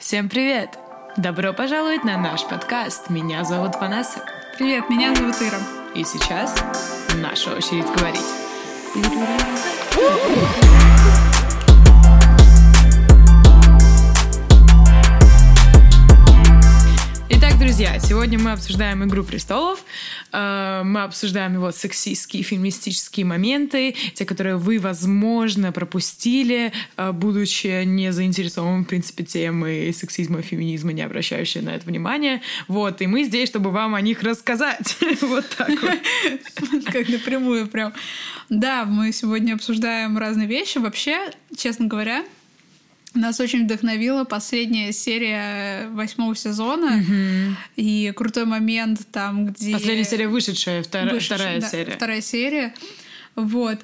Всем привет! Добро пожаловать на наш подкаст. Меня зовут Ванесса. Привет, меня зовут Ира. И сейчас наша очередь говорить. Итак, друзья, сегодня мы обсуждаем «Игру престолов». Мы обсуждаем его сексистские, феминистические моменты, те, которые вы, возможно, пропустили, будучи не заинтересованным в принципе темой сексизма и феминизма, не обращающие на это внимания. Вот, и мы здесь, чтобы вам о них рассказать. Вот так вот. Как напрямую прям. Да, мы сегодня обсуждаем разные вещи. Вообще, честно говоря, нас очень вдохновила последняя серия 8-го сезона. И крутой момент там, где... Последняя серия вышедшая, вторая серия. Вторая серия. Вот.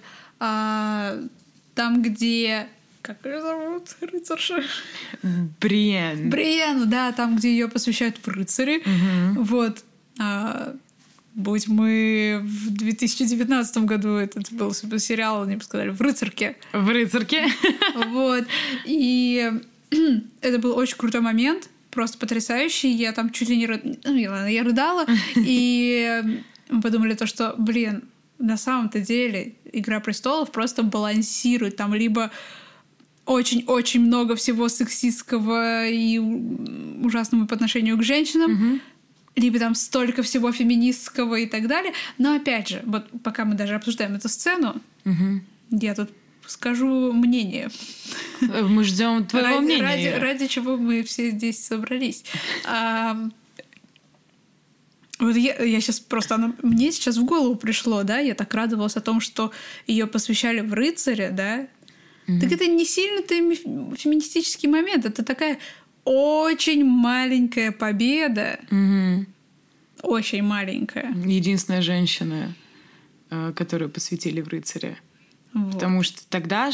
Там, где... Как ее зовут? Рыцарша? Бриен. Бриен, да, там, где ее посвящают в рыцари. Вот. Будь мы в 2019 году, этот был сериал, они бы сказали, в рыцарке. В рыцарке. Вот. И это был очень крутой момент, просто потрясающий. Я там чуть ли не я рыдала. И мы подумали то, что, на самом-то деле «Игра престолов» просто балансирует. Там либо очень-очень много всего сексистского и ужасного по отношению к женщинам, либо там столько всего феминистского и так далее. Но опять же, вот пока мы даже обсуждаем эту сцену, я тут скажу мнение. Мы ждем твоего мнения. Ради чего мы все здесь собрались. Вот я сейчас просто... Мне сейчас в голову пришло, да, я так радовалась о том, что ее посвящали в рыцаре, да. Так это не сильно-то феминистический момент, это такая... Очень маленькая победа. Очень маленькая. Единственная женщина, которую посвятили в рыцаре. Вот. Потому что тогда,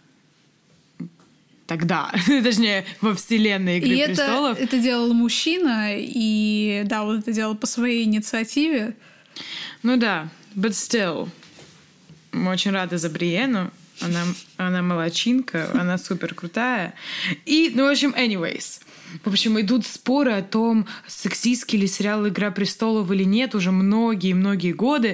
точнее, во вселенной «Игры престолов... Это делал мужчина, и да, он это делал по своей инициативе. Ну да, but still. Мы очень рады за Бриену. Она молодчинка, она супер крутая. И, в общем, anyways. В общем, идут споры о том, сексистский ли сериал «Игра престолов» или нет уже многие-многие годы.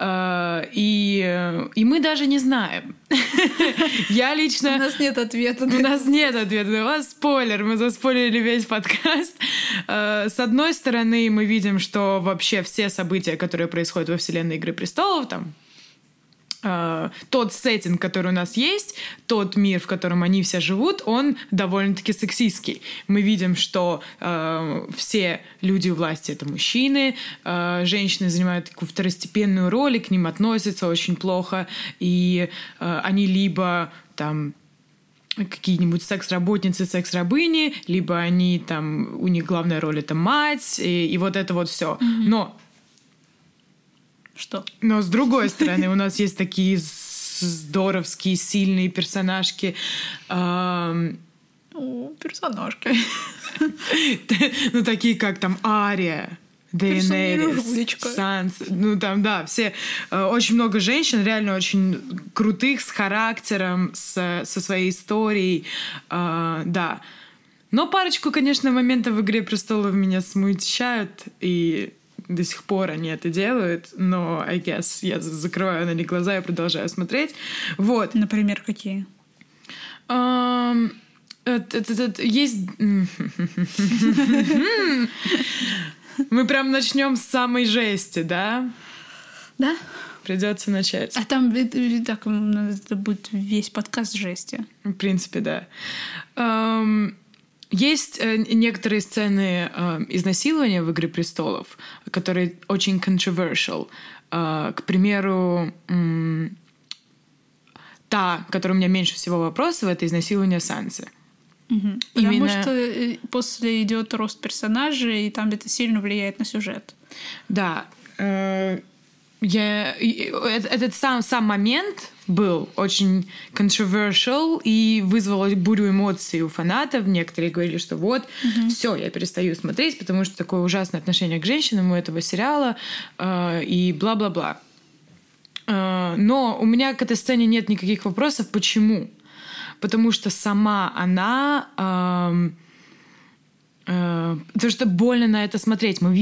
И мы даже не знаем. Я лично... У нас нет ответа. У нас нет ответа. У вас спойлер. Мы заспойлерили весь подкаст. С одной стороны, мы видим, что вообще все события, которые происходят во вселенной «Игры престолов», там, тот сеттинг, который у нас есть, тот мир, в котором они все живут, он довольно-таки сексистский. Мы видим, что все люди у власти — это мужчины, женщины занимают такую второстепенную роль, и к ним относятся очень плохо, и они либо там какие-нибудь секс-работницы, секс-рабыни, либо они там, у них главная роль — это мать, и вот это вот все. Но с другой стороны, у нас есть такие здоровские, сильные персонажки. Персонажки. Ну, такие как там Ария, Дейенерис, Санс. Ну, там, да, все. Очень много женщин, реально очень крутых, с характером, со своей историей. Да. Но парочку, конечно, моментов в «Игре престолов» меня смущают, и до сих пор они это делают, но, I guess, я закрываю на них глаза и продолжаю смотреть. Вот. Например, какие? Есть... Мы прям начнем с самой жести, да? Да. Придется начать. А там так, это будет весь подкаст жести. В принципе, да. Есть некоторые сцены изнасилования в «Игре престолов», которые очень controversial. К примеру, та, которая у меня меньше всего вопросов, это изнасилование Сансы. Потому что после идет рост персонажей, и там это сильно влияет на сюжет. Да. Этот сам момент был очень controversial и вызвал бурю эмоций у фанатов. Некоторые говорили, что вот, все, я перестаю смотреть, потому что такое ужасное отношение к женщинам у этого сериала и бла-бла-бла. Но у меня к этой сцене нет никаких вопросов. Почему? Потому что сама она Потому что больно на это смотреть. Мы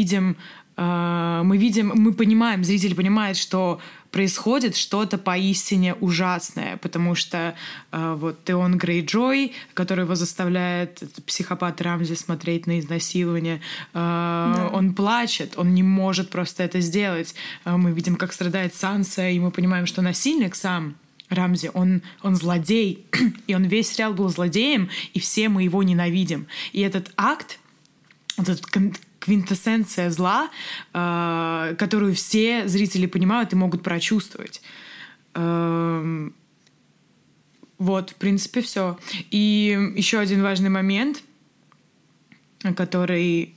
понимаем, зритель понимает, что происходит что-то поистине ужасное, потому что вот Теон Грейджой, который его заставляет, психопат Рамзи, смотреть на изнасилование, он плачет, он не может просто это сделать. Мы видим, как страдает Санса, и мы понимаем, что насильник сам, Рамзи, он злодей, и он весь сериал был злодеем, и все мы его ненавидим. И этот акт, вот этот квинтэссенция зла, которую все зрители понимают и могут прочувствовать. Вот, в принципе, все. И еще один важный момент, который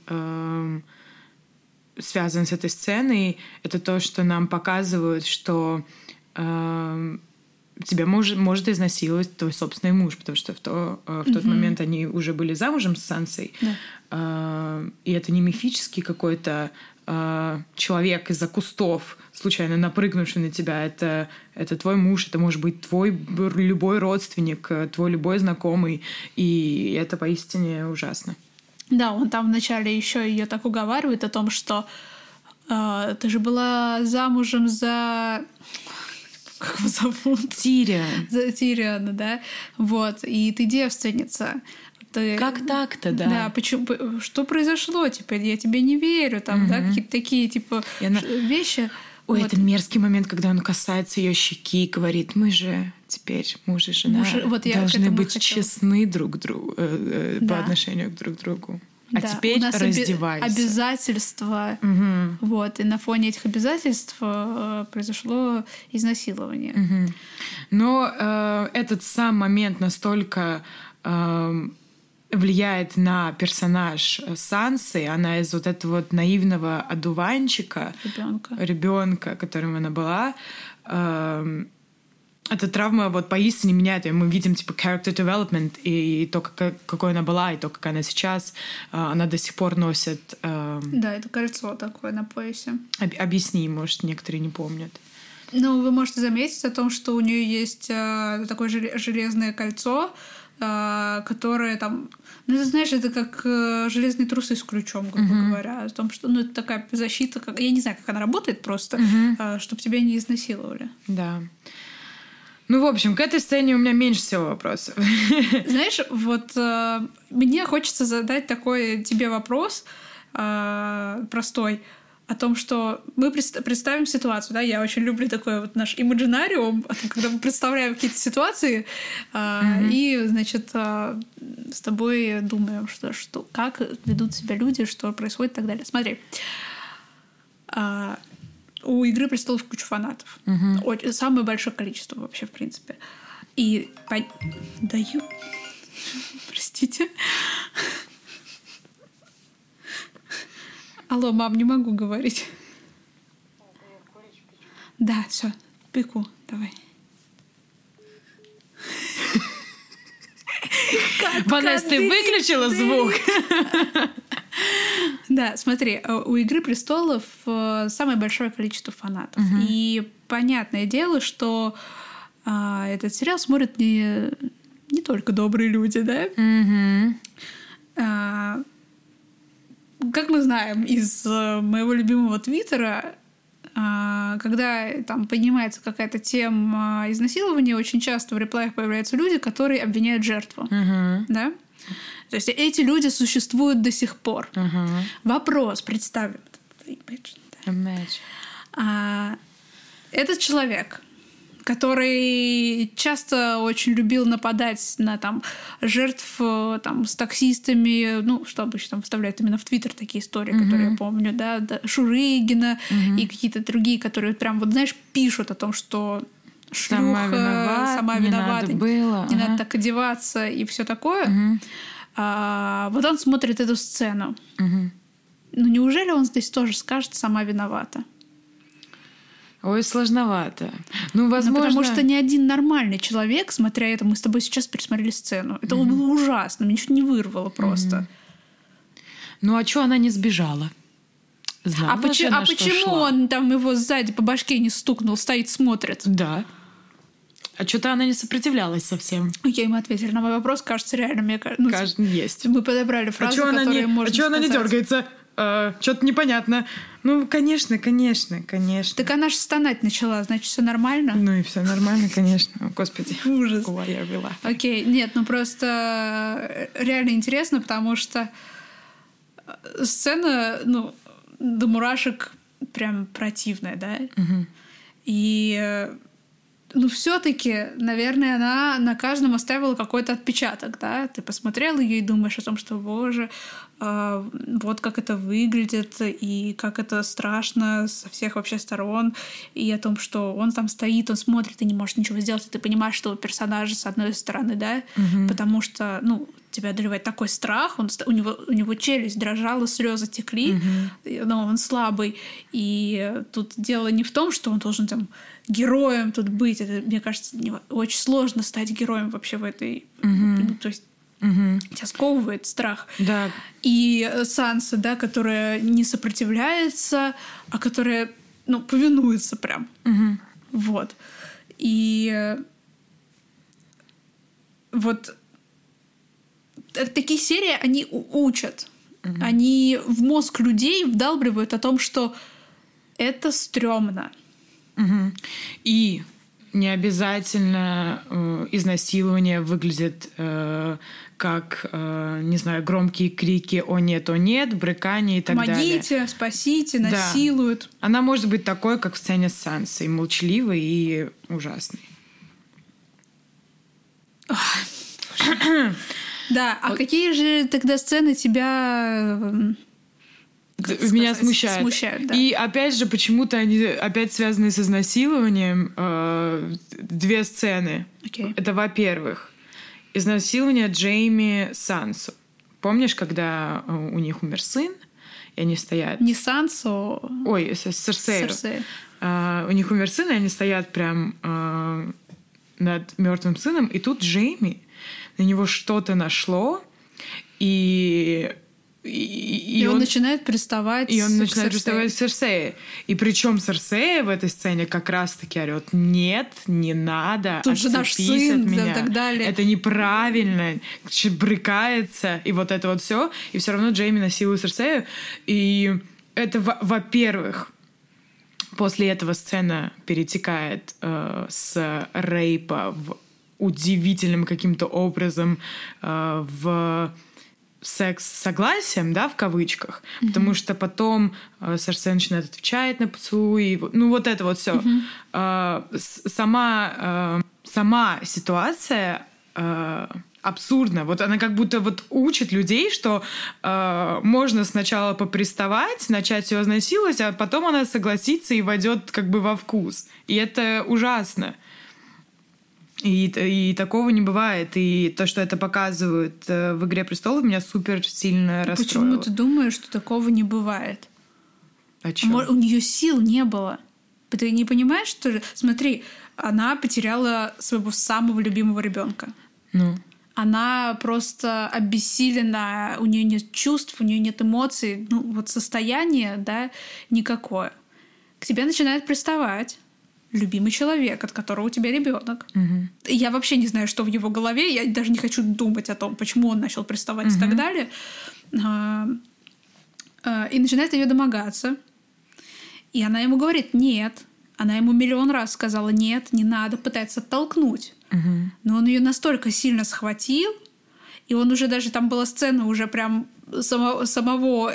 связан с этой сценой, это то, что нам показывают, что тебя может изнасиловать твой собственный муж, потому что в тот момент они уже были замужем с Сансой. Да. И это не мифический какой-то человек из-за кустов, случайно напрыгнувший на тебя. Это твой муж, это может быть твой любой родственник, твой любой знакомый. И это поистине ужасно. Да, он там вначале еще ее так уговаривает о том, что ты же была замужем за... Как его зовут? Тирион. За Тириона, да. Вот. И ты девственница. Как так-то, да? Да, почему? Что произошло теперь? Я тебе не верю. Там, да, какие-то такие, типа, вещи. Ой, вот. Это мерзкий момент, когда он касается ее щеки и говорит: мы же теперь муж и жена должны быть честны друг другу по отношению друг к другу. А теперь у нас раздевайся. Обязательства. Вот. И на фоне этих обязательств произошло изнасилование. Но этот сам момент настолько влияет на персонаж Сансы. Она из вот этого вот наивного одуванчика, ребенка, которым она была. Эта травма вот поистине меняет ее. Мы видим типа character development и то, какой она была, и то, какая она сейчас. Она до сих пор носит... Да, это кольцо такое на поясе. Объясни, может, некоторые не помнят. Ну, вы можете заметить о том, что у нее есть такое железное кольцо, которое там... Ну, ты знаешь, это как железные трусы с ключом, грубо говоря. О том, что это такая защита... Я не знаю, как она работает просто, чтобы тебя не изнасиловали. Да. Ну, в общем, к этой сцене у меня меньше всего вопросов. Знаешь, вот мне хочется задать такой тебе вопрос простой о том, что мы представим ситуацию, да, я очень люблю такой вот наш имаджинариум, когда мы представляем какие-то ситуации и, значит, с тобой думаем, что как ведут себя люди, что происходит и так далее. Смотри. У «Игры престолов» куча фанатов. Самое большое количество вообще, в принципе. И даю... Простите. Алло, мам, не могу говорить. Да, все, пеку, давай. Ванесса, ты выключила звук? Да, смотри, у «Игры престолов» самое большое количество фанатов. И понятное дело, что этот сериал смотрят не только добрые люди, да? Как мы знаем из моего любимого Твиттера, когда там поднимается какая-то тема изнасилования, очень часто в реплаях появляются люди, которые обвиняют жертву. Да? То есть эти люди существуют до сих пор. Вопрос, представим. Этот человек, который часто очень любил нападать на там, жертв там, с таксистами, ну, что обычно там вставляют именно в Твиттер такие истории, которые я помню, да, Шурыгина и какие-то другие, которые прям, вот знаешь, пишут о том, что шлюха, сама виновата, не надо так одеваться и все такое. Вот он смотрит эту сцену. Ну, неужели он здесь тоже скажет «сама виновата»? Ой, сложновато. Ну, возможно... Потому что ни один нормальный человек, смотря это, мы с тобой сейчас пересмотрели сцену. Это было ужасно, меня ничего не вырвало просто. Ну, а чё она не сбежала? Знала почему он там его сзади по башке не стукнул, стоит, смотрит? Да. А что-то она не сопротивлялась совсем. Я ему ответила на мой вопрос, кажется, реально, мне кажется... Кажется, есть. Мы подобрали фразы, которые можно А что она не дергается? Что-то непонятно. Ну, конечно. Так она же стонать начала, значит, все нормально? Ну и все нормально, конечно. Господи. Ужас. Я вела. Окей, нет, ну просто реально интересно, потому что сцена, ну, до мурашек прям противная, да? Угу. И, ну, все-таки, наверное, она на каждом оставила какой-то отпечаток, да? Ты посмотрел ее и думаешь о том, что, боже, вот как это выглядит, и как это страшно со всех вообще сторон, и о том, что он там стоит, он смотрит и не может ничего сделать, и ты понимаешь, что у персонажа с одной стороны, да, потому что, ну, тебя одолевает такой страх, у него челюсть дрожала, слезы текли, но он слабый, и тут дело не в том, что он должен там героем тут быть, это, мне кажется, очень сложно стать героем вообще в этой, то есть тебя сковывает страх. Да. И Санса, да, которая не сопротивляется, а которая, ну, повинуется прям. Вот. И вот такие серии, они учат. Они в мозг людей вдалбливают о том, что это стрёмно. И не обязательно изнасилование выглядит как, не знаю, громкие крики «О нет, брыкание» и так далее. Помогите, спасите, насилуют. Да. Она может быть такой, как в сцене с Сансой, молчаливой и ужасной. Да, а какие же тогда сцены тебя... Меня смущают, да. И опять же, почему-то они опять связаны с изнасилованием. Две сцены. Это, во-первых, изнасилование Джейми Сансу. Помнишь, когда у них умер сын, и они стоят... Не Сансу... Ой, Серсею. У них умер сын, и они стоят прям над мертвым сыном, и тут Джейми, на него что-то нашло, и он начинает приставать. И он начинает приставать к Серсее. И причем Серсея в этой сцене как раз-таки орёт: нет, не надо, тут же наш сын, от меня. И так далее. Это неправильно, брыкается, и вот это вот все. И все равно Джейми насилует Серсею. И это, во-первых, после этого сцена перетекает с рейпа в удивительным каким-то образом в секс с согласием, да, в кавычках, потому что потом Серсея начинает отвечать на поцелуи, ну вот это вот все. Сама ситуация абсурдна. Вот она как будто вот учит людей, что можно сначала поприставать, начать ее изнасиловать, а потом она согласится и войдет как бы во вкус. И это ужасно. И такого не бывает. И то, что это показывают в «Игре престолов», меня супер сильно расстроило. Почему ты думаешь, что такого не бывает? А чё? У нее сил не было. Ты не понимаешь, что ли? Смотри, она потеряла своего самого любимого ребенка. Ну. Она просто обессилена, у нее нет чувств, у нее нет эмоций, ну вот состояние, да, никакое. К тебе начинает приставать любимый человек, от которого у тебя ребенок. Я вообще не знаю, что в его голове, я даже не хочу думать о том, почему он начал приставать и так далее. И начинает ее домогаться. И она ему говорит «нет». Она ему миллион раз сказала «нет, не надо», пытается оттолкнуть. Но он ее настолько сильно схватил, и он уже даже, там была сцена уже прям самого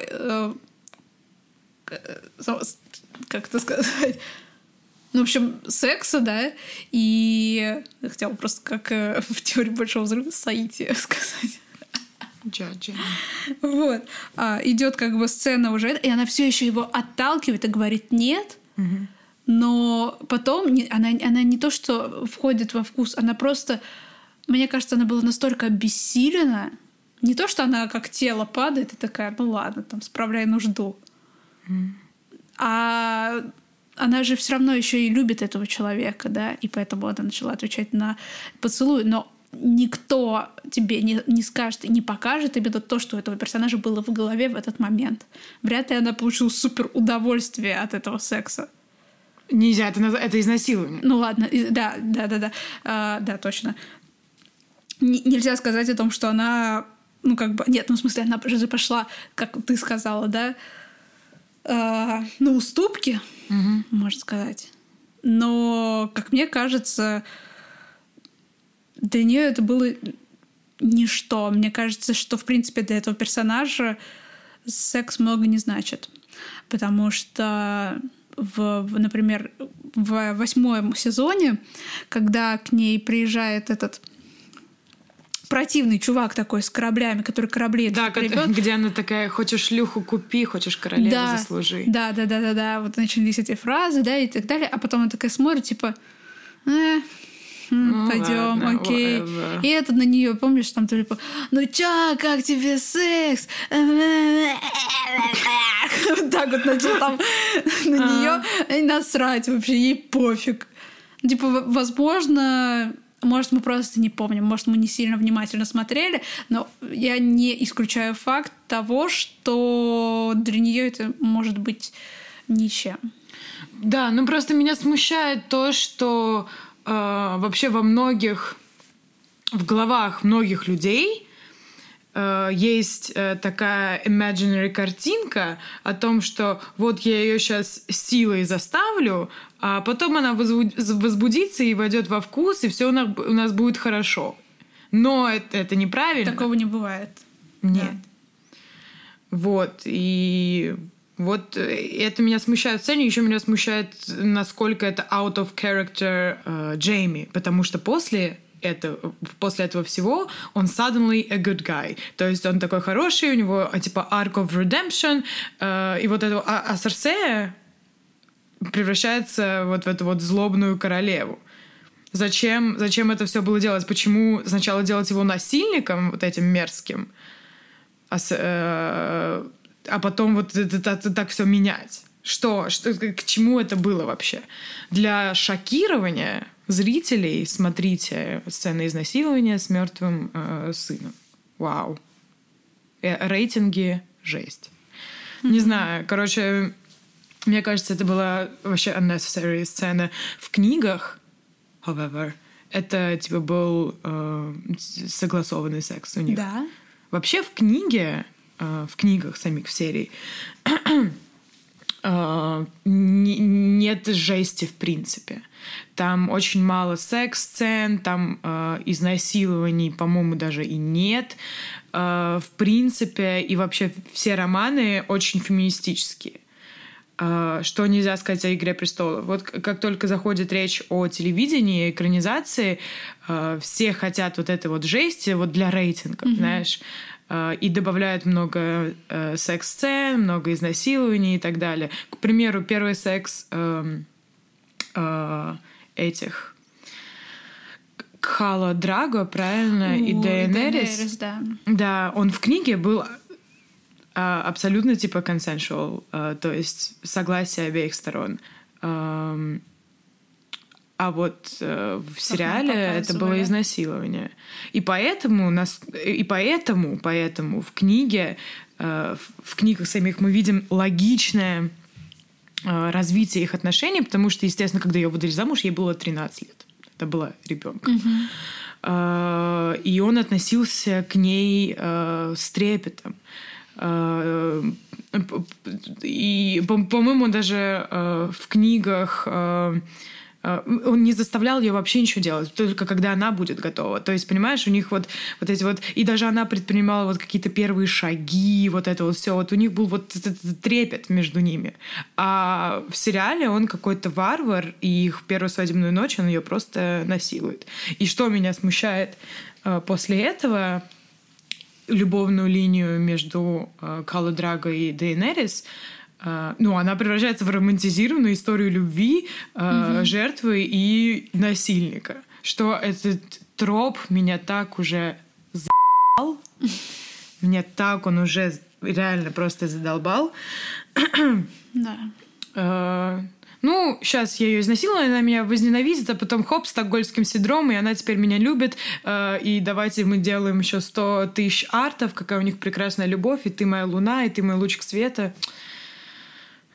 как это сказать... Ну, в общем, секса, да, и я хотела просто как в «Теории большого взрыва» соития сказать. Вот. Идет как бы сцена уже, и она все еще его отталкивает и говорит «нет», но потом она не то, что входит во вкус, она просто, мне кажется, она была настолько обессилена, не то, что она как тело падает и такая, ну ладно, там, справляй нужду, а она же все равно еще и любит этого человека, да, и поэтому она начала отвечать на поцелуй, но никто тебе не скажет и не покажет именно то, что у этого персонажа было в голове в этот момент. Вряд ли она получила супер удовольствие от этого секса. Нельзя, это изнасилование. Ну ладно, да, точно. Нельзя сказать о том, что она, ну как бы, нет, ну в смысле, она же пошла, как ты сказала, да, на уступки, можно сказать. Но, как мне кажется, для нее это было ничто. Мне кажется, что, в принципе, для этого персонажа секс много не значит. Потому что, например, в 8-м сезоне, когда к ней приезжает этот противный чувак такой с кораблями, который корабли... Да, где она такая: хочешь шлюху купи, хочешь королеву заслужи. Да. Вот начались эти фразы, да, и так далее. А потом она такая смотрит, типа... пойдем, окей. Whatever. И это на нее, помнишь, там тоже типа: ну чё, как тебе секс? Вот так вот начал там на нее насрать вообще, ей пофиг. Типа, возможно, может, мы просто не помним, может, мы не сильно внимательно смотрели, но я не исключаю факт того, что для нее это может быть ничем. Да, ну просто меня смущает то, что вообще в головах многих людей есть такая imaginary картинка о том, что вот я ее сейчас силой заставлю, а потом она возбудится и войдет во вкус, и все у нас будет хорошо. Но это неправильно. Такого не бывает. Нет. Да. Вот. И вот это меня смущает в сцене. Еще меня смущает, насколько это out of character Джейми. Потому что после этого всего он suddenly a good guy. То есть он такой хороший, у него типа arc of redemption. И вот это... А Серсея превращается вот в эту вот злобную королеву. Зачем это все было делать? Почему сначала делать его насильником, вот этим мерзким, а потом вот это так все менять? Что, к чему это было вообще? Для шокирования зрителей смотрите сцены изнасилования с мертвым сыном. Вау. Рейтинги жесть. Не знаю, короче, мне кажется, это была вообще unnecessary сцена. В книгах, however, это типа был согласованный секс у них. Да. Вообще в книгах самих в серии нет жести в принципе. Там очень мало секс-сцен, там изнасилований, по-моему, даже и нет. В принципе, и вообще все романы очень феминистические. Что нельзя сказать о «Игре престолов». Вот как только заходит речь о телевидении, экранизации, все хотят вот этой вот жести вот для рейтинга, знаешь, и добавляют много секс-сцен, много изнасилований и так далее. К примеру, первый секс этих Кхало Драго, правильно, и Дейенерис. Да, он в книге был абсолютно типа consensual, то есть согласие обеих сторон. А вот в сериале это было изнасилование. И поэтому в книгах самих мы видим логичное развитие их отношений, потому что, естественно, когда ее выдали замуж, ей было 13 лет. Это была ребенком. И он относился к ней с трепетом. И, по-моему, даже в книгах он не заставлял ее вообще ничего делать, только когда она будет готова. То есть, понимаешь, у них вот эти вот... И даже она предпринимала вот какие-то первые шаги, вот это вот все. Вот у них был вот этот трепет между ними. А в сериале он какой-то варвар, и их первую свадебную ночь он ее просто насилует. И что меня смущает после этого... любовную линию между Кхало Драго и Дейенерис, она превращается в романтизированную историю любви жертвы и насильника. Что этот троп меня так уже задолбал. Меня так он уже реально просто задолбал. Да. Сейчас я ее изнасиловала, она меня возненавидит, а потом хоп, стокгольмским синдромом, и она теперь меня любит, и давайте мы делаем еще 100 тысяч артов, какая у них прекрасная любовь, и ты моя луна, и ты мой лучик света.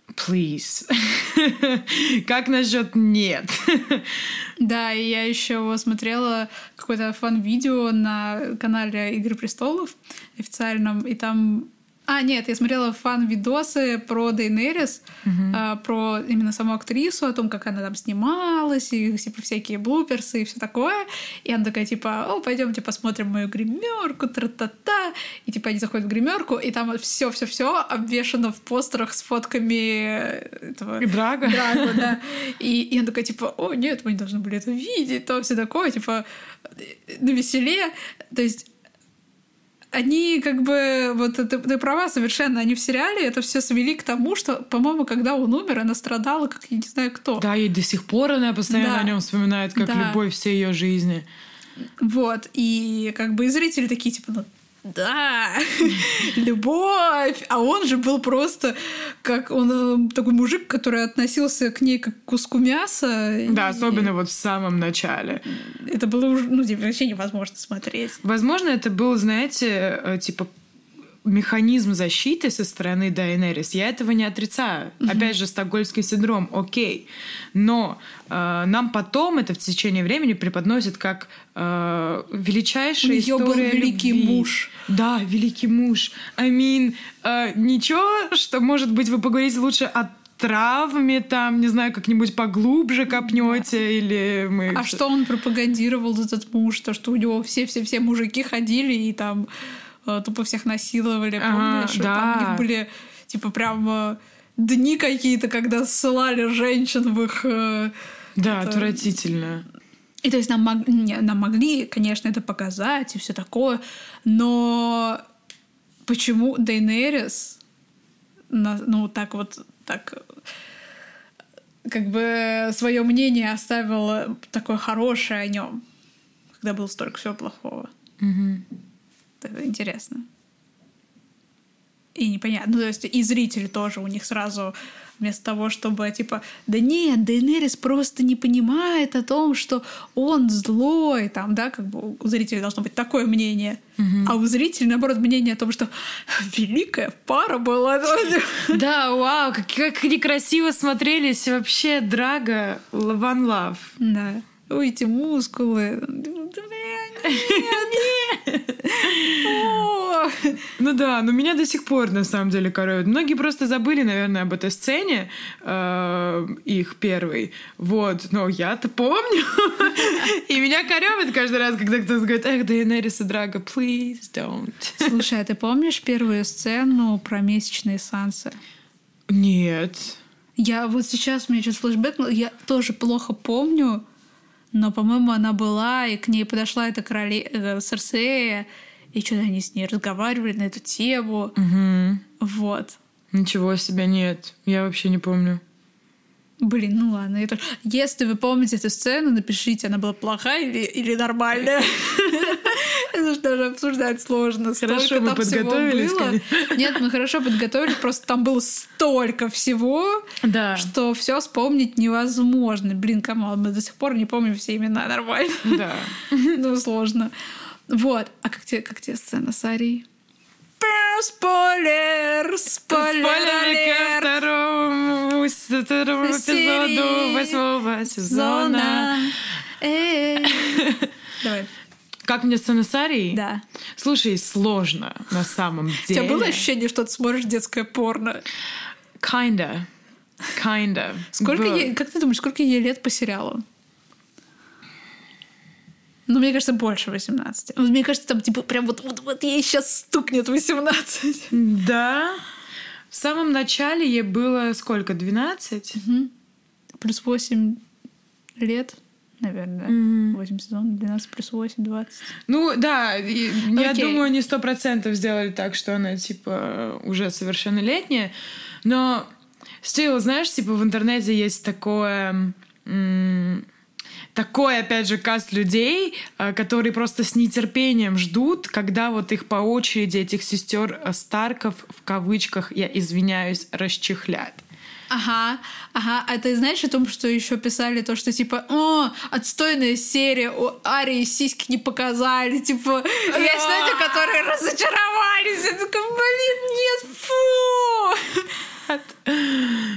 Please. Как насчет нет? Да, и я еще смотрела какое-то фан-видео на канале «Игры престолов» официальном, и там... Нет, я смотрела фан-видосы про Дейенерис, про именно саму актрису, о том, как она там снималась, и типа всякие блуперсы и все такое. И она такая, типа, пойдемте посмотрим мою гримерку, тра-та-та. И типа они заходят в гримерку, и там все обвешано в постерах с фотками этого... Драга, да. И она такая, типа, нет, мы не должны были это видеть, то все такое, типа, навеселе. То есть они как бы... Вот ты права совершенно. Они в сериале это все свели к тому, что, по-моему, когда он умер, она страдала, как я не знаю кто. Да, и до сих пор она постоянно о нем вспоминает, как любовь всей ее жизни. Вот. И как бы и зрители такие, типа, да, любовь. А он же был просто как он такой мужик, который относился к ней как к куску мяса. Да, особенно вот в самом начале. Это было уже, вообще невозможно смотреть. Возможно, это был, знаете, типа механизм защиты со стороны Дейенерис. Я этого не отрицаю. Опять же, стокгольмский синдром, окей. Но нам потом это в течение времени преподносит как величайшая история был великий любви. Муж. Да, великий муж. Ничего, что, может быть, вы поговорите лучше о травме, там, не знаю, как-нибудь поглубже копнете, или мы... А что он пропагандировал, этот муж? То, что у него все мужики ходили и там тупо всех насиловали, помнишь? Да. Там у них были, типа, прям дни какие-то, когда ссылали женщин в их... Да, отвратительно. И то есть нам могли, конечно, это показать и все такое, но почему Дейенерис так как бы свое мнение оставила такое хорошее о нем, когда было столько всего плохого? Это интересно. И непонятно. То есть и зрители тоже у них сразу вместо того, чтобы типа, да нет, Дейенерис просто не понимает о том, что он злой, там, да, как бы у зрителей должно быть такое мнение. А у зрителей, наоборот, мнение о том, что великая пара была. Да, вау, как некрасиво смотрелись вообще Драга, One Love. Да. Ой, эти мускулы. Ну да, но меня до сих пор на самом деле коробит. Многие просто забыли, наверное, об этой сцене их первой. Вот, но я-то помню. И меня коробит каждый раз, когда кто-то говорит: эх, Дейенерис и Драга, please don't. Слушай, а ты помнишь первую сцену про месячные Сансы? Нет. Я вот сейчас, мне что-то флешбэкнуло, я тоже плохо помню, но, по-моему, она была, и к ней подошла эта Серсея, и что-то они с ней разговаривали на эту тему. Вот. Ничего себе, нет. Я вообще не помню. Блин, ну ладно. Если вы помните эту сцену, напишите, она была плохая или нормальная. Это же даже обсуждать сложно. Хорошо, мы подготовились. Нет, мы хорошо подготовились, просто там было столько всего, что все вспомнить невозможно. Блин, камон, мы до сих пор не помним все имена нормально. Да. Ну, сложно. Вот. А как тебе сцена с Арией? Спойлер! Спойлер ко второму эпизоду 8-го сезона. Давай. Как мне сцена с Арией? Да. Слушай, сложно на самом деле. У тебя было ощущение, что ты смотришь детское порно? Kinda. Как ты думаешь, сколько ей лет по сериалу? Ну, мне кажется, больше 18. Мне кажется, там, типа, прям вот ей сейчас стукнет 18. Да. В самом начале ей было сколько? 12? Плюс 8 лет, наверное. 8 сезонов, 12 плюс 8, 20. Ну, да. Я думаю, они 100% сделали так, что она, типа, уже совершеннолетняя. Но, still, знаешь, типа, в интернете есть такой, опять же, каст людей, которые просто с нетерпением ждут, когда вот их по очереди, этих сестер Старков, в кавычках, я извиняюсь, расчехлят. Ага. А ты знаешь о том, что еще писали то, что типа, отстойная серия, у Арии сиськи не показали, типа, есть люди, которые разочаровались. Я такая, блин, нет, фу!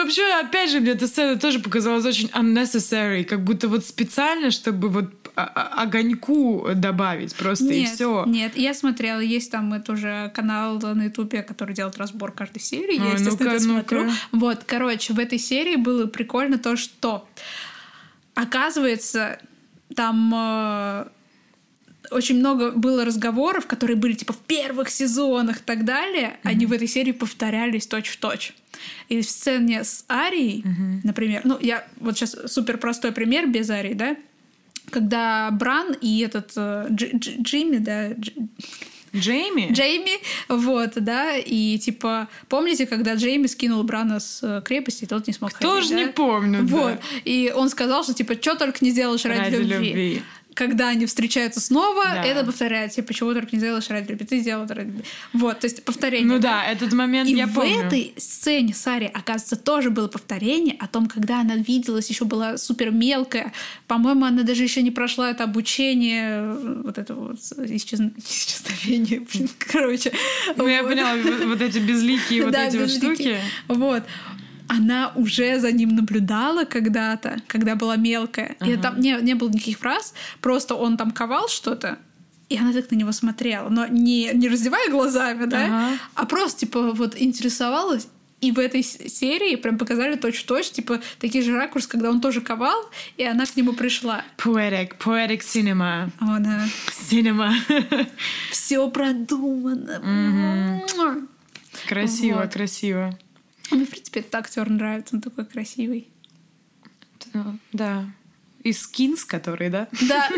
вообще, опять же, мне эта сцена тоже показалась очень unnecessary, как будто вот специально, чтобы вот огоньку добавить просто, и все. Нет, я смотрела, есть там тоже канал на Ютубе, который делает разбор каждой серии, я, естественно, это смотрю. Вот, короче, в этой серии было прикольно то, что, оказывается, там очень много было разговоров, которые были типа в первых сезонах и так далее, они в этой серии повторялись точь-в-точь. И в сцене с Арией, например, ну, я вот сейчас супер простой пример без Арии, да, когда Бран и этот Джимми, да... Джейми, вот, да, и типа, помните, когда Джейми скинул Брана с крепости, тот не смог ходить, тоже не помню, вот. Да. И он сказал, что типа, что только не сделаешь ради любви. Когда они встречаются снова, это повторяется. Типа, чего только не сделаешь ради любви, ты сделал ради любви. Вот, то есть повторение. Ну да, этот момент я помню. И в этой сцене с Ари, оказывается, тоже было повторение о том, когда она виделась, еще была супер мелкая. По-моему, она даже еще не прошла это обучение, вот это вот исчезновение. Короче. Ну, я поняла, вот эти безликие вот эти вот штуки. Вот. Она уже за ним наблюдала когда-то, когда была мелкая. И там не было никаких фраз, просто он там ковал что-то, и она так на него смотрела. Но не раздевая глазами, да, а просто, типа, вот интересовалась. И в этой серии прям показали точь-в-точь, типа, такие же ракурсы, когда он тоже ковал, и она к нему пришла. Poetic cinema. О, да. Cinema. Все продумано. Красиво, красиво. Мне, в принципе, этот актер нравится, он такой красивый. Да. Из Скинс, который, да? Да.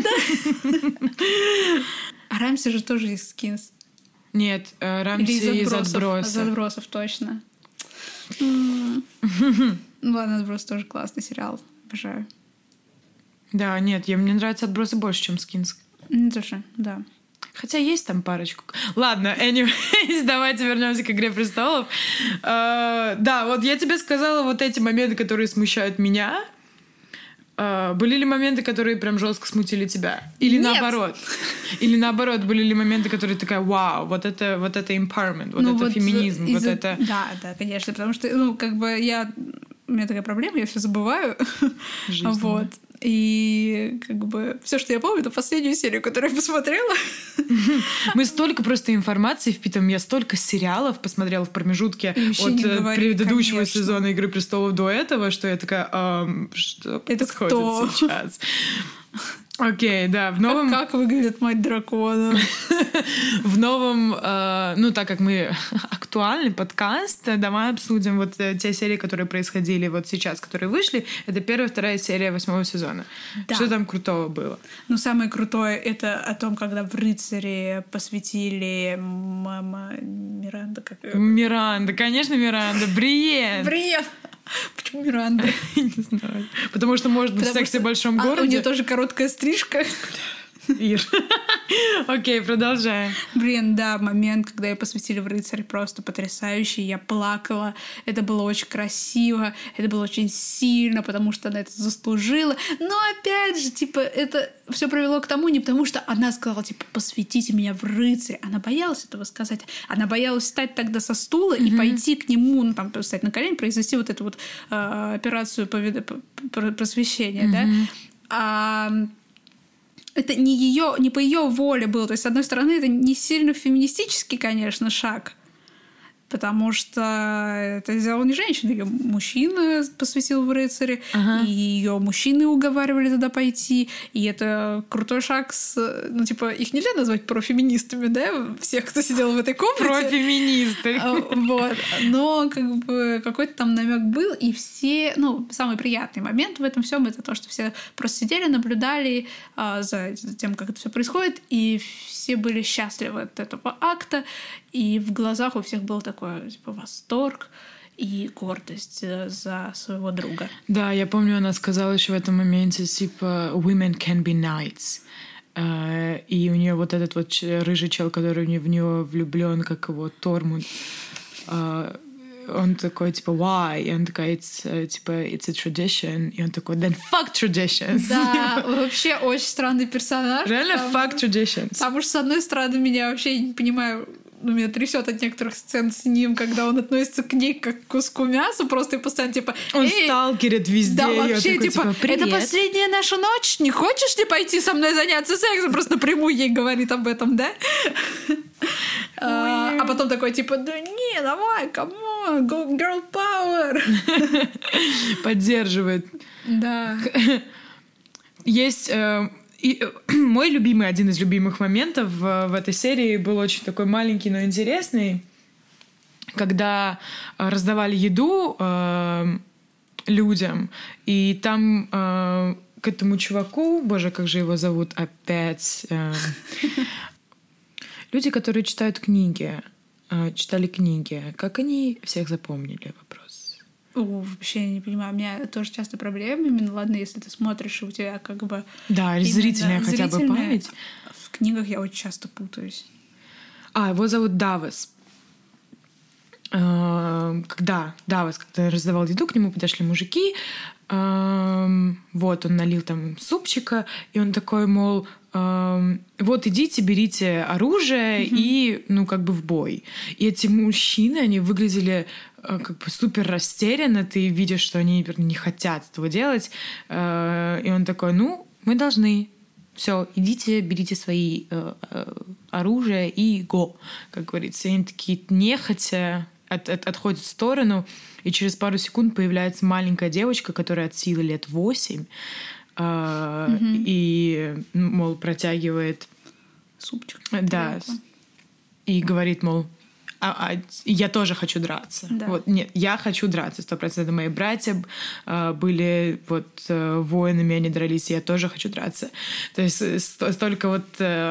А Рамси же тоже из Скинс. Нет, Рамси из Отбросов. Из Отбросов, точно. Ладно, Отбросы тоже классный сериал. Обожаю. Да, нет, мне нравятся Отбросы больше, чем Скинс. Мне тоже, да. Хотя есть там парочку. Ладно, anyways, давайте вернемся к «Игре престолов». Да, вот я тебе сказала вот эти моменты, которые смущают меня. Были ли моменты, которые прям жестко смутили тебя? Или Нет. наоборот? Или наоборот, были ли моменты, которые такая, вау, вот это empowerment, вот это феминизм, вот это... Да, конечно, потому что, ну, как бы у меня такая проблема, я все забываю. Вот. И как бы все, что я помню, это последнюю серию, которую я посмотрела. Мы столько просто информации впитываем. Я столько сериалов посмотрела в промежутке от предыдущего сезона «Игры престолов» до этого, что я такая, что происходит сейчас? Окей, да. В новом... Как выглядит мать дракона? В новом, ну, так как мы актуальный подкаст, давай обсудим вот те серии, которые происходили вот сейчас, которые вышли. Это 1-2 серия 8 сезона. Да. Что там крутого было? Ну, самое крутое — это о том, когда в «Рыцаре» посвятили мама Миранда. Миранда, конечно, Миранда. Бриен! Бриен! Почему Миранда? Не знаю. Потому что, может быть, в «Сексе в большом городе». У нее тоже короткая стрижка. Ир. Окей, продолжаем. Блин, да, момент, когда ее посвятили в «Рыцарь», просто потрясающий. Я плакала. Это было очень красиво. Это было очень сильно, потому что она это заслужила. Но опять же, типа, это все привело к тому, не потому что она сказала, типа, посвятите меня в «Рыцарь». Она боялась этого сказать. Она боялась встать тогда со стула и пойти к нему, ну, там, встать на колени, произвести вот эту вот операцию просвещения, да. Это не по ее воле было. То есть, с одной стороны, это не сильно феминистический, конечно, шаг, потому что это сделала не женщина, ее мужчина посвятил в «Рыцаре», и ее мужчины уговаривали туда пойти, и это крутой шаг ну, типа, их нельзя назвать профеминистами, да, всех, кто сидел в этой комнате. Профеминисты. Вот. Но как бы какой-то там намек был, и все, ну, самый приятный момент в этом всем это то, что все просто сидели, наблюдали за тем, как это все происходит, и все были счастливы от этого акта, и в глазах у всех был такой, типа, восторг и гордость за своего друга. Да, я помню, она сказала еще в этом моменте, типа, women can be knights. И у нее вот этот вот рыжий чел, который в нее влюблен, как его Тормунд, он такой, типа, why? И он такой, типа, it's a tradition. И он такой, then fuck traditions. Да, вообще очень странный персонаж. Реально fuck traditions. Потому что, с одной стороны, меня вообще не понимаю, меня трясет от некоторых сцен с ним, когда он относится к ней как к куску мяса, просто и постоянно типа... Он сталкерит везде. Да, её вообще, такой, типа, это последняя наша ночь, не хочешь ли пойти со мной заняться сексом? Просто напрямую ей говорит об этом, да? А потом такой, типа, да не, давай, камон, go girl power. Поддерживает. Да. Есть... мой любимый, один из любимых моментов в этой серии был очень такой маленький, но интересный, когда раздавали еду людям, и там к этому чуваку, боже, как же его зовут опять... Люди, которые читают книги, читали книги, как они всех запомнили? Вопрос. Вообще я не понимаю. У меня тоже часто проблемы. Именно, ладно, если ты смотришь, и у тебя как бы... Да, зрительная хотя бы память. В книгах я очень часто путаюсь. Его зовут Давос. Когда раздавал еду, к нему подошли мужики, вот, он налил там им супчика, и он такой, мол, вот идите, берите оружие и, как бы в бой. И эти мужчины, они выглядели как бы супер растерянно, ты видишь, что они не хотят этого делать, и он такой, мы должны. Все, идите, берите свои оружие и го, как говорится. И они такие нехотя отходят в сторону, и через пару секунд появляется маленькая девочка, которая от силы лет 8, и, мол, протягивает супчик. Да. И говорит, мол, я тоже хочу драться. Да. Вот, нет, я хочу драться. 100% мои братья были воинами, они дрались, и я тоже хочу драться. То есть столько вот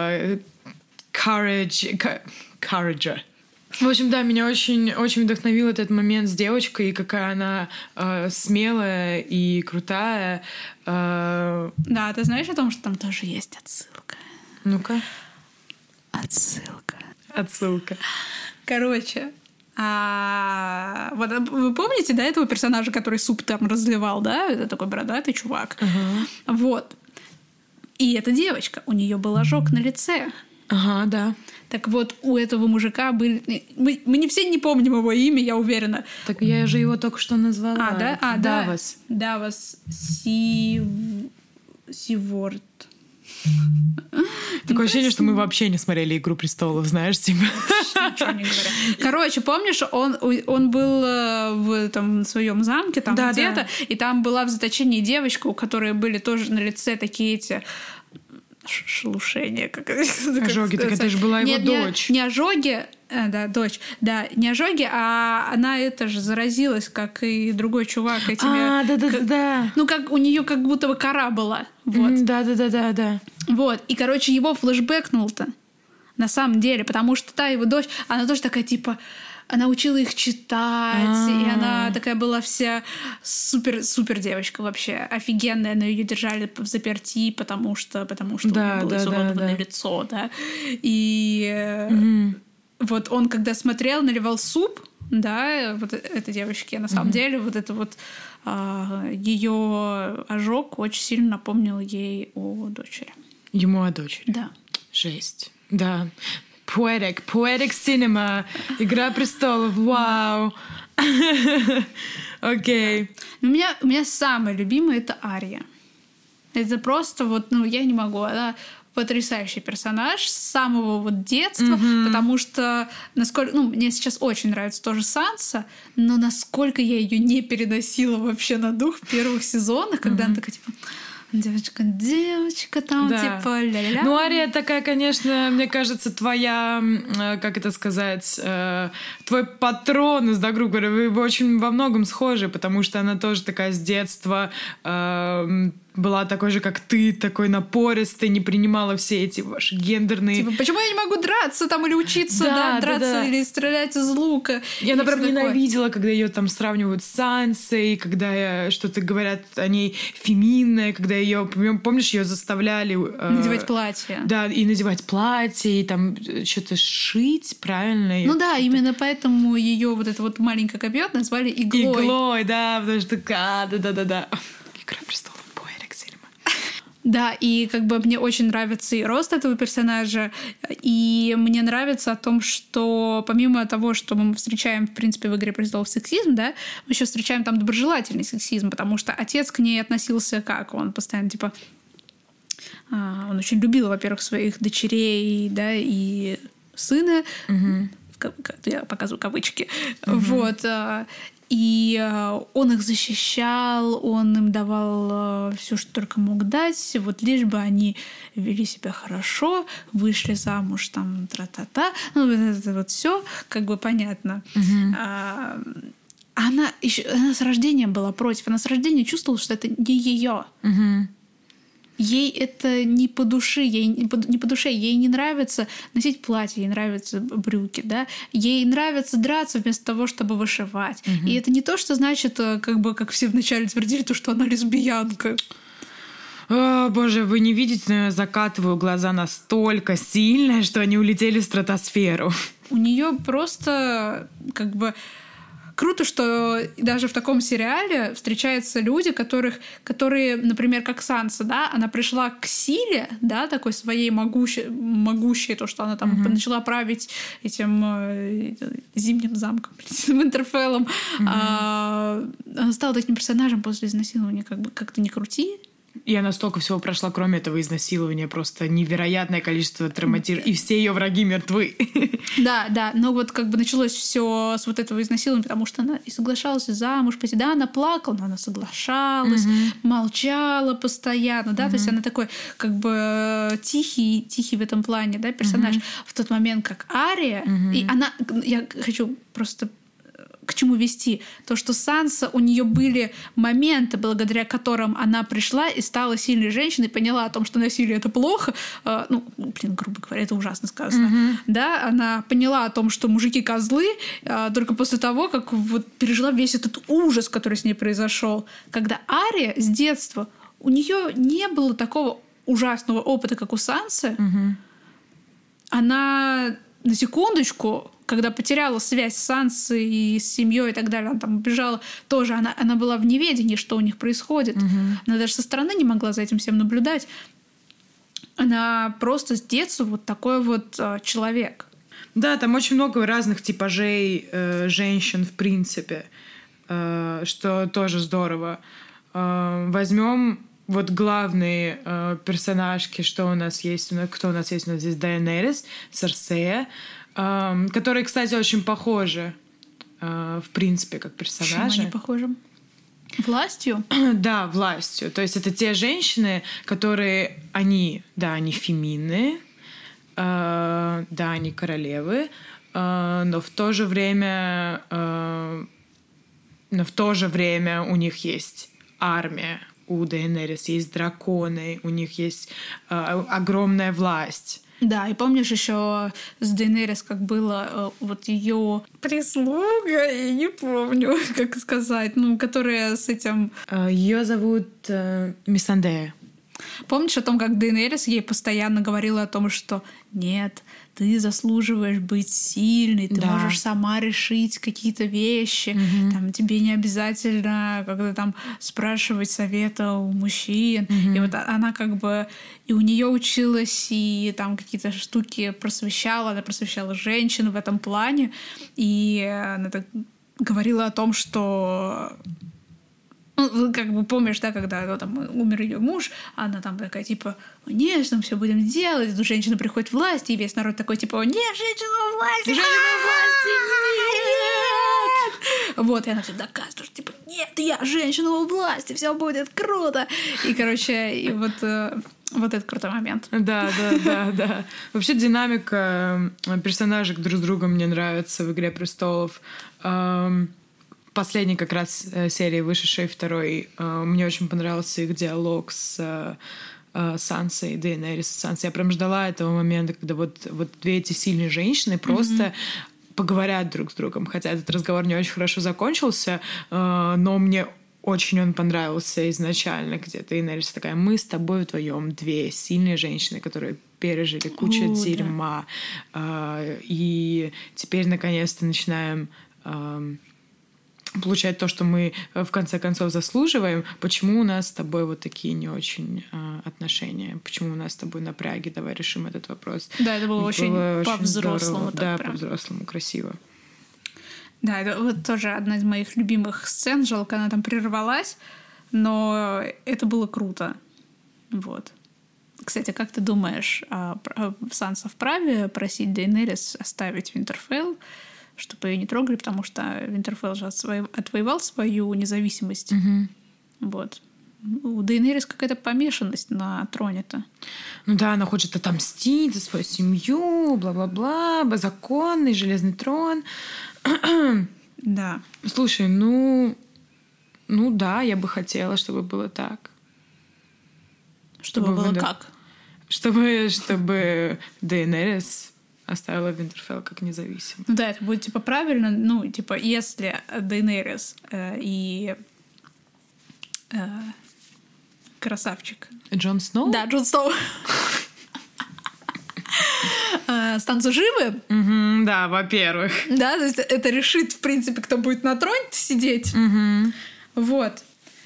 courage. В общем, да, меня очень, очень вдохновил этот момент с девочкой, и какая она смелая и крутая. Да, ты знаешь о том, что там тоже есть отсылка? Ну-ка. Отсылка. Короче, вот вы помните, да, этого персонажа, который суп там разливал, да? Это такой бородатый чувак. Вот. И эта девочка, у нее был ожог на лице. Ага, да. Так вот, у этого мужика были... Мы не все не помним его имя, я уверена. Так я же его только что назвала. Да? Давос. Давос Сиворд. Такое ощущение, что мы вообще не смотрели «Игру престолов», знаешь, типа. Ничего не говоря. Короче, помнишь, он был в своем замке, там где-то, и там была в заточении девочка, у которой были тоже на лице такие эти... шелушения. Ожоги, так это же была его дочь. Не ожоги, да, дочь. Да, не ожоги, а она заразилась, как и другой чувак этими... Да. Как у нее как будто бы кора была. Вот. Да. Вот. И, короче, его флешбэкнул-то на самом деле, потому что та его дочь, она тоже такая, типа... Она учила их читать, и она такая была вся супер девочка вообще, офигенная, но ее держали в заперти, потому что у нее было изуродованное лицо, да. И вот он, когда смотрел, наливал суп, да, вот этой девочке, на самом деле, вот это вот ее ожог очень сильно напомнил ей о дочери. Ему о дочери? Да. Жесть. Да. Poetic cinema. «Игра престолов». Вау. Окей. У меня самая любимая — это Ария. Это просто я не могу. Она потрясающий персонаж с самого детства, потому что мне сейчас очень нравится тоже Санса, но насколько я ее не переносила вообще на дух в первых сезонах, когда она такая типа... Девочка, там типа ля-ля. Ария такая, конечно, мне кажется, твоя, как это сказать, твой патронус, да, грубо говоря, вы очень во многом схожи, потому что она тоже такая с детства была такой же, как ты, такой напористой, не принимала все эти ваши гендерные... Типа, почему я не могу драться там или учиться, драться или стрелять из лука? Я, например, ненавидела, когда ее там сравнивают с Сансой, когда что-то говорят о ней феминное, когда ее, помнишь, ее заставляли... надевать платье. Да, и надевать платье, и там что-то шить, правильно? Именно поэтому ее вот это вот маленькое копье назвали иглой. Иглой, да, потому что... Да. «Игра престолов». Да, и как бы мне очень нравится и рост этого персонажа, и мне нравится о том, что помимо того, что мы встречаем, в принципе, в «Игре престолов» сексизм, да, мы еще встречаем там доброжелательный сексизм, потому что отец к ней относился как? Он постоянно, типа... Он очень любил, во-первых, своих дочерей, да, и сына. Я показываю кавычки. Вот. И он их защищал, он им давал все, что только мог дать, вот лишь бы они вели себя хорошо, вышли замуж, там, тра-та-та. Ну, это вот все как бы понятно. Она с рождения была против. Она с рождения чувствовала, что это не ее. Ей это не по душе, ей не нравится носить платье, ей нравятся брюки, да, ей нравится драться вместо того, чтобы вышивать. И это не то, что значит, как бы, как все вначале твердили, то, что она лесбиянка. О, боже, вы не видите, но я закатываю глаза настолько сильно, что они улетели в стратосферу. У нее просто как бы... Круто, что даже в таком сериале встречаются люди, которые, например, как Санса, да, она пришла к силе, да, такой своей могущей, то, что она там начала править этим зимним замком, Винтерфеллом. Она стала таким персонажем после изнасилования, как бы как-то не крути. Я настолько всего прошла, кроме этого изнасилования, просто невероятное количество травматизмов, и все ее враги мертвы. Да, но вот как бы началось все с вот этого изнасилования, потому что она и соглашалась замуж пойти. Да, она плакала, но она соглашалась, молчала постоянно, да, то есть она такой как бы тихий в этом плане, да, персонаж. В тот момент, как Ария, и она, я хочу просто к чему вести? То, что Санса, у нее были моменты, благодаря которым она пришла и стала сильной женщиной, поняла о том, что насилие — это плохо. Грубо говоря, это ужасно сказано. Да, она поняла о том, что мужики козлы, только после того, как вот пережила весь этот ужас, который с ней произошел. Когда Ария с детства, у нее не было такого ужасного опыта, как у Сансы. Она на секундочку, когда потеряла связь с Сансой и с семьей и так далее, она там убежала, тоже она была в неведении, что у них происходит. Она даже со стороны не могла за этим всем наблюдать. Она просто с детства вот такой вот человек. Да, там очень много разных типажей женщин, в принципе, что тоже здорово. Возьмем вот главные персонажки, что у нас есть. Кто у нас есть? У нас здесь Дейенерис, Серсея, которые, кстати, очень похожи, в принципе, как персонажи. Чем они похожи? Властью? Да, властью. То есть это те женщины, которые... Они феминные, да, они королевы, но в то же время у них есть армия. У Дейенерис есть драконы, у них есть огромная власть. Да, и помнишь еще с Дейенерис, как было вот ее прислуга, я не помню, как сказать, которая с этим... Ее зовут Миссандея. Помнишь о том, как Дейенерис ей постоянно говорила о том, что нет, ты заслуживаешь быть сильной, ты можешь сама решить какие-то вещи, там, тебе не обязательно когда там спрашивать совета у мужчин. И вот она как бы и у нее училась, и там какие-то штуки просвещала, она просвещала женщин в этом плане, и она так говорила о том, что... как бы помнишь, да, когда там умер ее муж, она там такая, типа, нет, мы все будем делать, тут женщина приходит в власть, и весь народ такой, типа, нет, женщина у власти! Женщина у власти! Нет! Вот, и она все доказывает, что, типа, нет, я женщина у власти, все будет круто! И, короче, и вот этот крутой момент. Да. Вообще динамика персонажей друг с другом мне нравится в «Игре престолов». Последней как раз серии, вышедшей второй, мне очень понравился их диалог с Сансой, Дейенерис и Сансой. Я прям ждала этого момента, когда вот две эти сильные женщины просто поговорят друг с другом. Хотя этот разговор не очень хорошо закончился, но мне очень он понравился изначально, где Дейенерис такая: мы с тобой вдвоем две сильные женщины, которые пережили кучу дерьма. И теперь наконец-то начинаем получать то, что мы в конце концов заслуживаем, почему у нас с тобой вот такие не очень отношения, почему у нас с тобой напряги, давай решим этот вопрос. Да, это было очень по-взрослому. Да, по-взрослому, красиво. Да, это вот тоже одна из моих любимых сцен. Жалко, она там прервалась, но это было круто. Вот. Кстати, как ты думаешь, Санса вправе просить Дейенерис оставить Винтерфелл, чтобы ее не трогали, потому что Винтерфелл же отвоевал свою независимость. Вот. У Дейенерис какая-то помешанность на троне-то. Ну да, она хочет отомстить за свою семью, бла-бла-бла, законный железный трон. Да. Слушай, ну да, я бы хотела, чтобы было так. Чтобы было как? Чтобы Дейенерис оставила Винтерфелл как независимый. Ну да, это будет типа правильно, ну типа если Дейенерис и красавчик Джон Сноу? Да, Джон Сноу останутся живы. Да, во-первых. Да, то есть это решит, в принципе, кто будет на троне сидеть. Вот.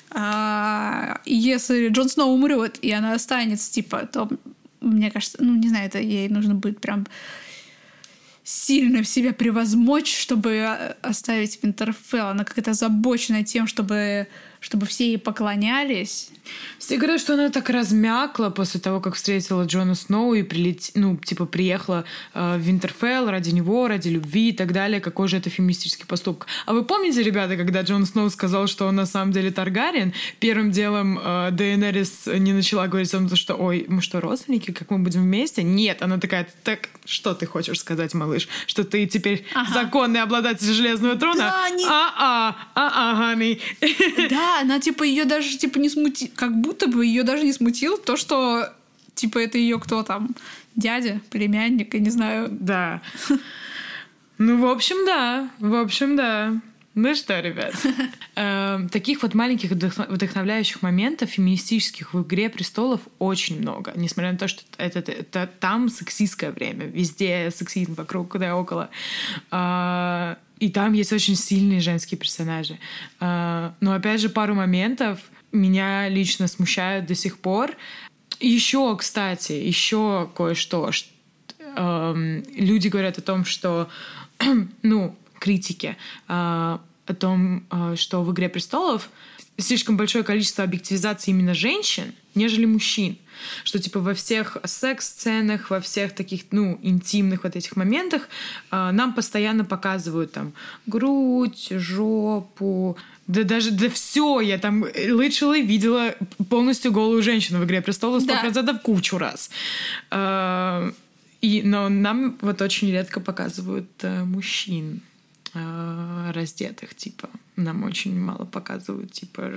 Если Джон Сноу умрет, и она останется, типа, то, мне кажется, ну, не знаю, это ей нужно будет прям сильно в себя превозмочь, чтобы оставить Винтерфелл. Она какая-то озабочена тем, чтобы все ей поклонялись. Все говорят, что она так размякла после того, как встретила Джона Сноу и приехала в Винтерфелл ради него, ради любви и так далее. Какой же это феминистический поступок. А вы помните, ребята, когда Джон Сноу сказал, что он на самом деле Таргариен, первым делом Дейенерис не начала говорить о том, что «Ой, мы что, родственники? Как мы будем вместе?» Нет, она такая: «Так, что ты хочешь сказать, малыш? Что ты теперь законный обладатель Железного трона?» Да, honey. Да, она типа ее даже типа не смутила, как будто бы ее даже не смутило то, что типа это ее кто там, дядя, племянник, я не знаю. Да. Ну, в общем, да. Ну что, ребят, таких вот маленьких вдохновляющих моментов феминистических в «Игре престолов» очень много. Несмотря на то, что это там сексистское время. Везде сексизм вокруг да около. И там есть очень сильные женские персонажи. Но, опять же, пару моментов меня лично смущают до сих пор. Еще, кстати, еще кое-что. Люди говорят о том, что... критики о том, что в «Игре престолов» слишком большое количество объективизации именно женщин, нежели мужчин. Что типа во всех секс-сценах, во всех таких, интимных вот этих моментах нам постоянно показывают там грудь, жопу, да все. Я там лычила и видела полностью голую женщину в «Игре престолов» 100% кучу раз. Но нам вот очень редко показывают мужчин раздетых, типа. Нам очень мало показывают, типа...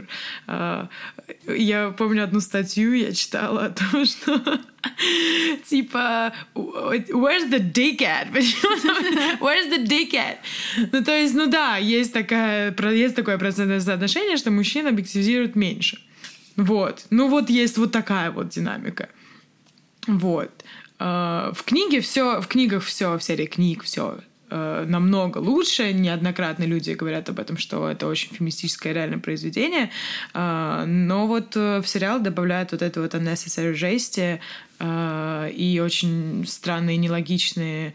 Я помню одну статью, я читала о том, что типа where's the dick at? Where's the dick at? Ну, то есть, есть такое процентное соотношение, что мужчин объективизируют меньше. Вот. Есть вот такая вот динамика. Вот. В книгах все, в серии книг все намного лучше. Неоднократно люди говорят об этом, что это очень феминистическое реальное произведение. Но вот в сериал добавляют вот это вот unnecessary жести и очень странные, нелогичные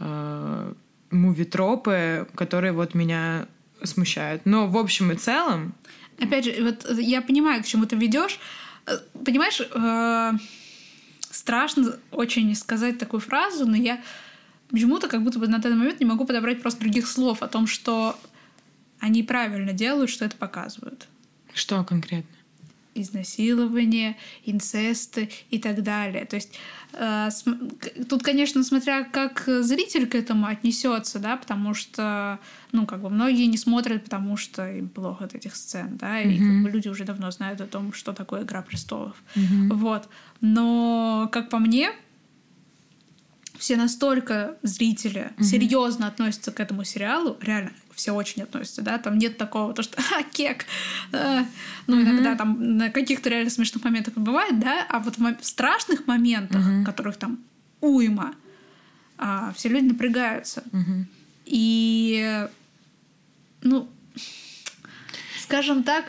муви-тропы, которые вот меня смущают. Но в общем и целом... Опять же, вот я понимаю, к чему ты ведешь. Понимаешь, страшно очень сказать такую фразу, но я почему-то как будто бы на данный момент не могу подобрать просто других слов о том, что они правильно делают, что это показывают. Что конкретно? Изнасилование, инцесты и так далее. То есть тут, конечно, смотря как зритель к этому отнесется, да, потому что, многие не смотрят, потому что им плохо от этих сцен, да, и люди уже давно знают о том, что такое «Игра престолов». Вот. Но, как по мне, все настолько зрители серьезно относятся к этому сериалу, реально все очень относятся, да, там нет такого, то что кек, иногда там на каких-то реально смешных моментах бывает, да, а вот в страшных моментах, которых там уйма, все люди напрягаются. И, скажем так,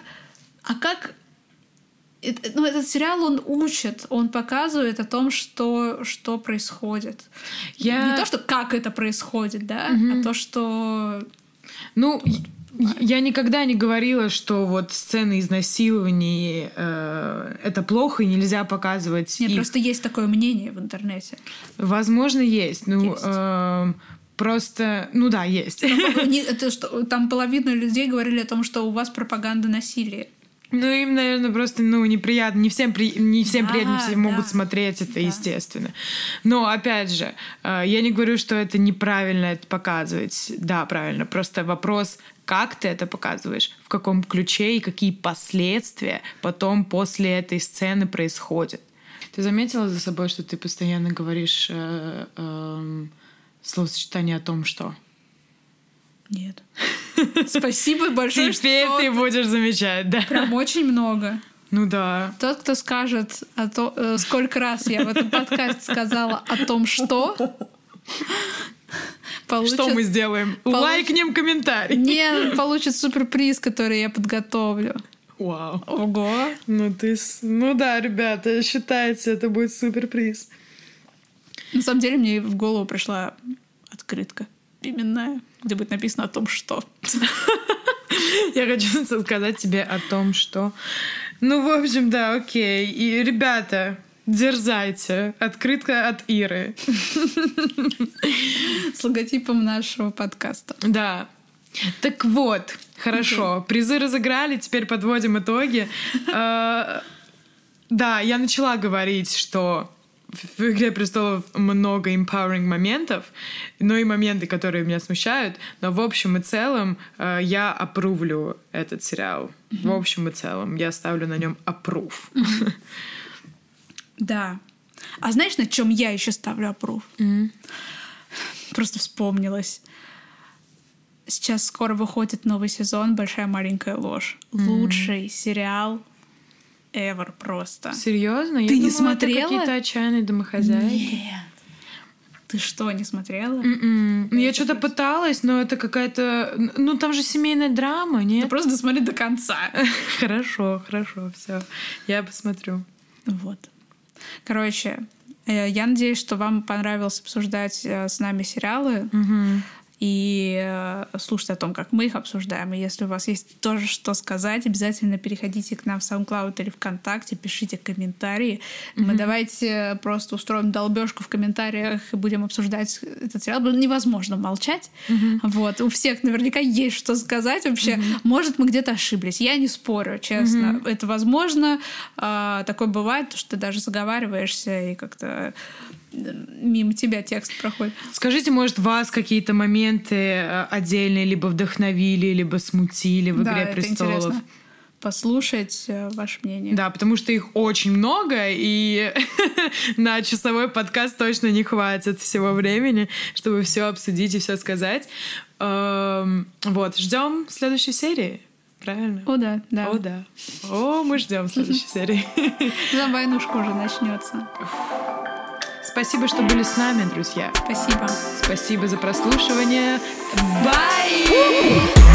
этот сериал, он учит, он показывает о том, что происходит. Не то, что как это происходит, да, а то, что... Ну, я никогда не говорила, что вот сцены изнасилований это плохо и нельзя показывать. Нет, просто есть такое мнение в интернете. Возможно, есть. Просто, да, есть. Там половина людей говорили о том, что у вас пропаганда насилия. Ну, им, наверное, просто, неприятно. Не всем приятно, все могут смотреть это, естественно. Но, опять же, я не говорю, что это неправильно это показывать. Да, правильно. Просто вопрос, как ты это показываешь, в каком ключе и какие последствия потом после этой сцены происходят. Ты заметила за собой, что ты постоянно говоришь словосочетание о том, что... Нет. Спасибо большое, Теперь ты будешь замечать, да? Прям очень много. Ну да. Тот, кто скажет, сколько раз я в этом подкасте сказала о том, что... Что мы сделаем? Лайкнем комментарий. Нет, получит суперприз, который я подготовлю. Вау. Ого. Ну да, ребята, считайте, это будет суперприз. На самом деле мне в голову пришла открытка именная, где будет написано о том, что. Я хочу сказать тебе о том, что... Ну, в общем, да, окей. И, ребята, дерзайте. Открытка от Иры. С логотипом нашего подкаста. Да. Так вот, хорошо. Призы разыграли, теперь подводим итоги. Да, я начала говорить, что в «Игре престолов» много empowering моментов, но и моменты, которые меня смущают. Но в общем и целом я апрувлю этот сериал. В общем и целом я ставлю на нем аппрув. Да. А знаешь, на чем я еще ставлю аппрув? Просто вспомнилась. Сейчас скоро выходит новый сезон «Большая маленькая ложь». Лучший сериал ever просто. Серьезно? Ты не смотрела? Это какие-то отчаянные домохозяйки. Нет. Ты что, не смотрела? Я что-то пыталась, но это какая-то... Ну, там же семейная драма, нет? Ну, просто досмотри до конца. Хорошо, все. Я посмотрю. Вот. Короче, я надеюсь, что вам понравилось обсуждать с нами сериалы. И слушать о том, как мы их обсуждаем. И если у вас есть тоже что сказать, обязательно переходите к нам в SoundCloud или ВКонтакте, пишите комментарии. Мы давайте просто устроим долбёжку в комментариях и будем обсуждать этот сериал. Невозможно молчать. Вот. У всех наверняка есть что сказать вообще. Может, мы где-то ошиблись. Я не спорю, честно. Это возможно. Такое бывает, что ты даже заговариваешься и как-то мимо тебя текст проходит. Скажите, может, вас какие-то моменты отдельные либо вдохновили, либо смутили в «Игре престолов»? Интересно послушать ваше мнение. Да, потому что их очень много, и на часовой подкаст точно не хватит всего времени, чтобы все обсудить и все сказать. Вот, ждем следующей серии. Правильно? О, да. О, да. О, мы ждем следующей серии. Там войнушка уже начнется. Спасибо, что были с нами, друзья. Спасибо. Спасибо за прослушивание. Bye!